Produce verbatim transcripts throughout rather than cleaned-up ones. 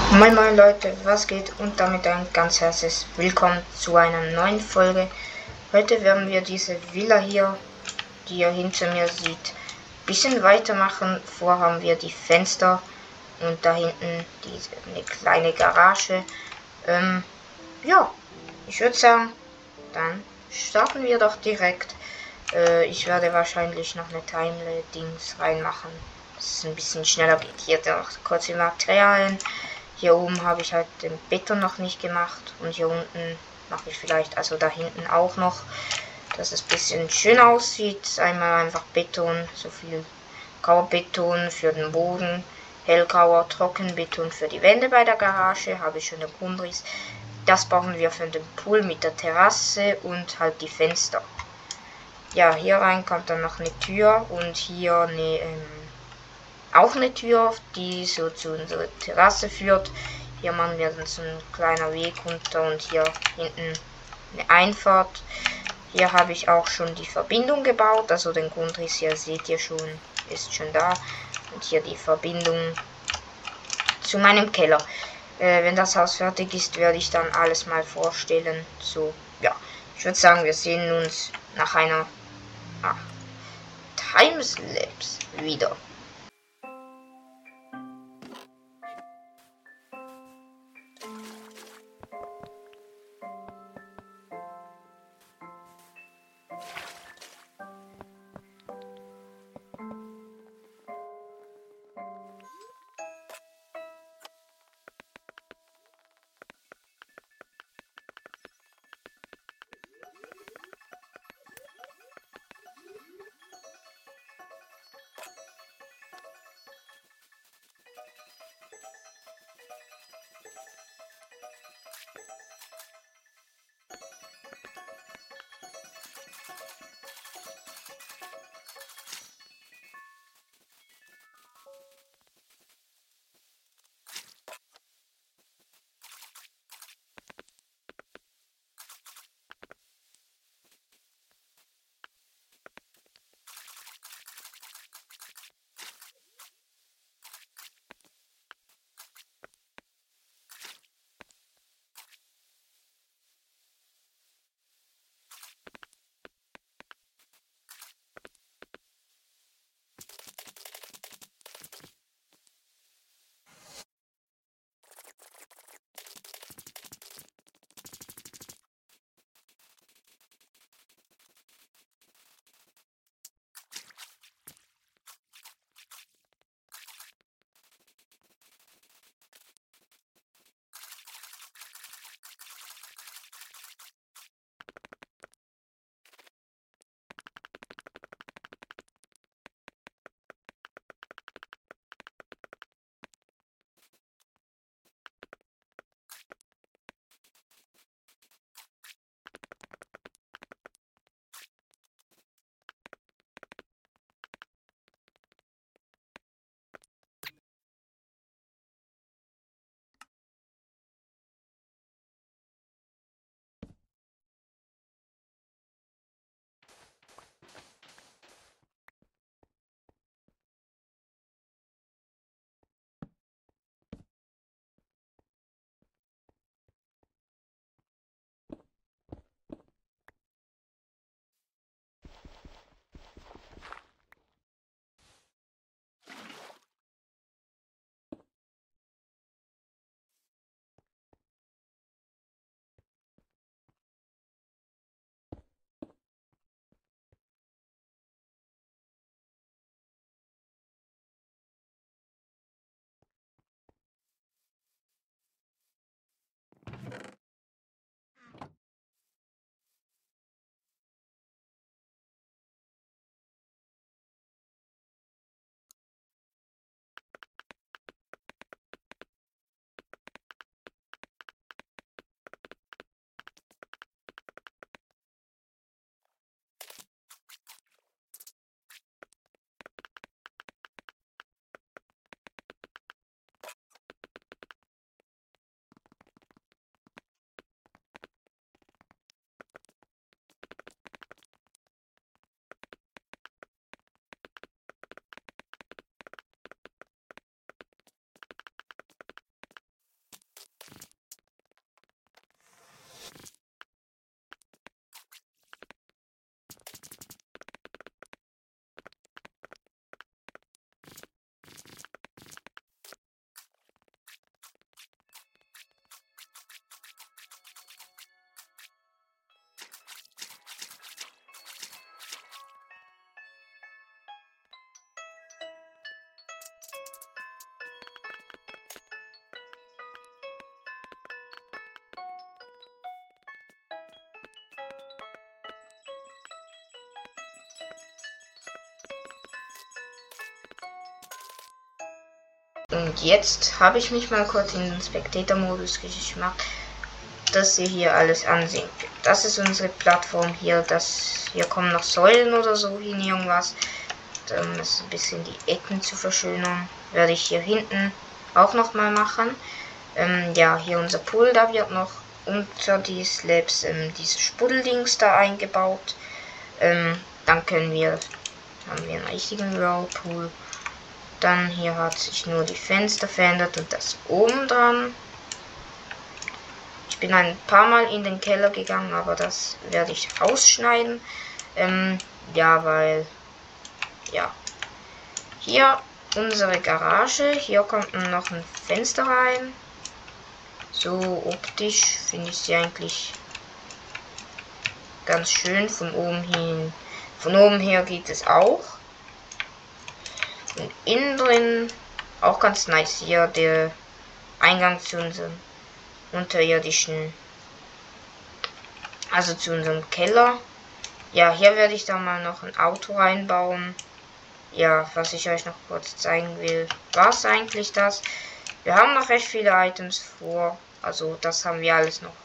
Moin moin Leute, was geht und damit ein ganz herzliches Willkommen zu einer neuen Folge. Heute werden wir diese Villa hier, die ihr hinter mir seht, ein bisschen weitermachen. Vor haben wir die Fenster und da hinten diese, eine kleine Garage. Ähm, ja, ich würde sagen, dann starten wir doch direkt. Äh, ich werde wahrscheinlich noch eine Time-Dings reinmachen, dass es ein bisschen schneller geht. Hier noch kurz die Materialien. Hier oben habe ich halt den Beton noch nicht gemacht und hier unten mache ich vielleicht, also da hinten auch noch, dass es ein bisschen schön aussieht. Einmal einfach Beton, so viel Graubeton für den Boden, hellgrauer Trockenbeton für die Wände bei der Garage, habe ich schon den Grundriss. Das brauchen wir für den Pool mit der Terrasse und halt die Fenster. Ja, hier rein kommt dann noch eine Tür und hier eine ähm, auch eine Tür, die so zu unserer Terrasse führt. Hier machen wir dann so ein kleiner Weg runter und hier hinten eine Einfahrt. Hier habe ich auch schon die Verbindung gebaut, also den Grundriss hier seht ihr schon, ist schon da. Und hier die Verbindung zu meinem Keller. Äh, wenn das Haus fertig ist, werde ich dann alles mal vorstellen. So, ja, ich würde sagen, wir sehen uns nach einer ah, Timelapse wieder. Und jetzt habe ich mich mal kurz in den Spectator-Modus gemacht, dass ihr hier alles ansehen könnt. Das ist unsere Plattform hier. Das hier kommen noch Säulen oder so hin, irgendwas. Um es ein bisschen die Ecken zu verschönern, werde ich hier hinten auch noch mal machen. Ähm, ja, hier unser Pool, da wird noch unter die Slabs ähm, diese Spuddeldings da eingebaut. Ähm, dann können wir, haben wir einen richtigen Whirlpool. Dann hier hat sich nur die Fenster verändert und das oben dran. Ich bin ein paar Mal in den Keller gegangen, aber das werde ich rausschneiden. Ähm, ja, weil, ja. Hier unsere Garage. Hier kommt noch ein Fenster rein. So optisch finde ich sie eigentlich ganz schön. Von oben hin, von oben her geht es auch. Und innen drin auch ganz nice. Hier der Eingang zu unserem unterirdischen, also zu unserem Keller. Ja, hier werde ich dann mal noch ein Auto reinbauen. Ja, was ich euch noch kurz zeigen will, war es eigentlich das. Wir haben noch recht viele Items vor, also das haben wir alles noch.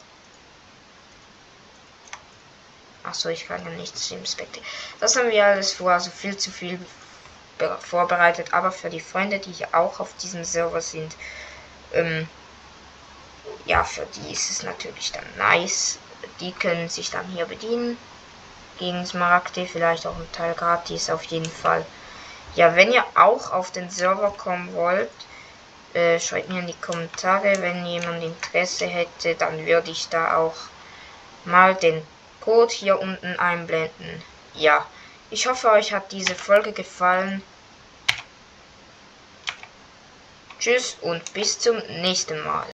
Achso, ich kann ja nichts im Spectator. Das haben wir alles vor, also viel zu viel vorbereitet, aber für die Freunde, die hier auch auf diesem Server sind, ähm, ja, für die ist es natürlich dann nice. Die können sich dann hier bedienen. Gegen Smaragde, vielleicht auch ein Teil gratis, auf jeden Fall. Ja, wenn ihr auch auf den Server kommen wollt, äh, schreibt mir in die Kommentare. Wenn jemand Interesse hätte, dann würde ich da auch mal den Code hier unten einblenden. Ja, ich hoffe, euch hat diese Folge gefallen. Tschüss und bis zum nächsten Mal.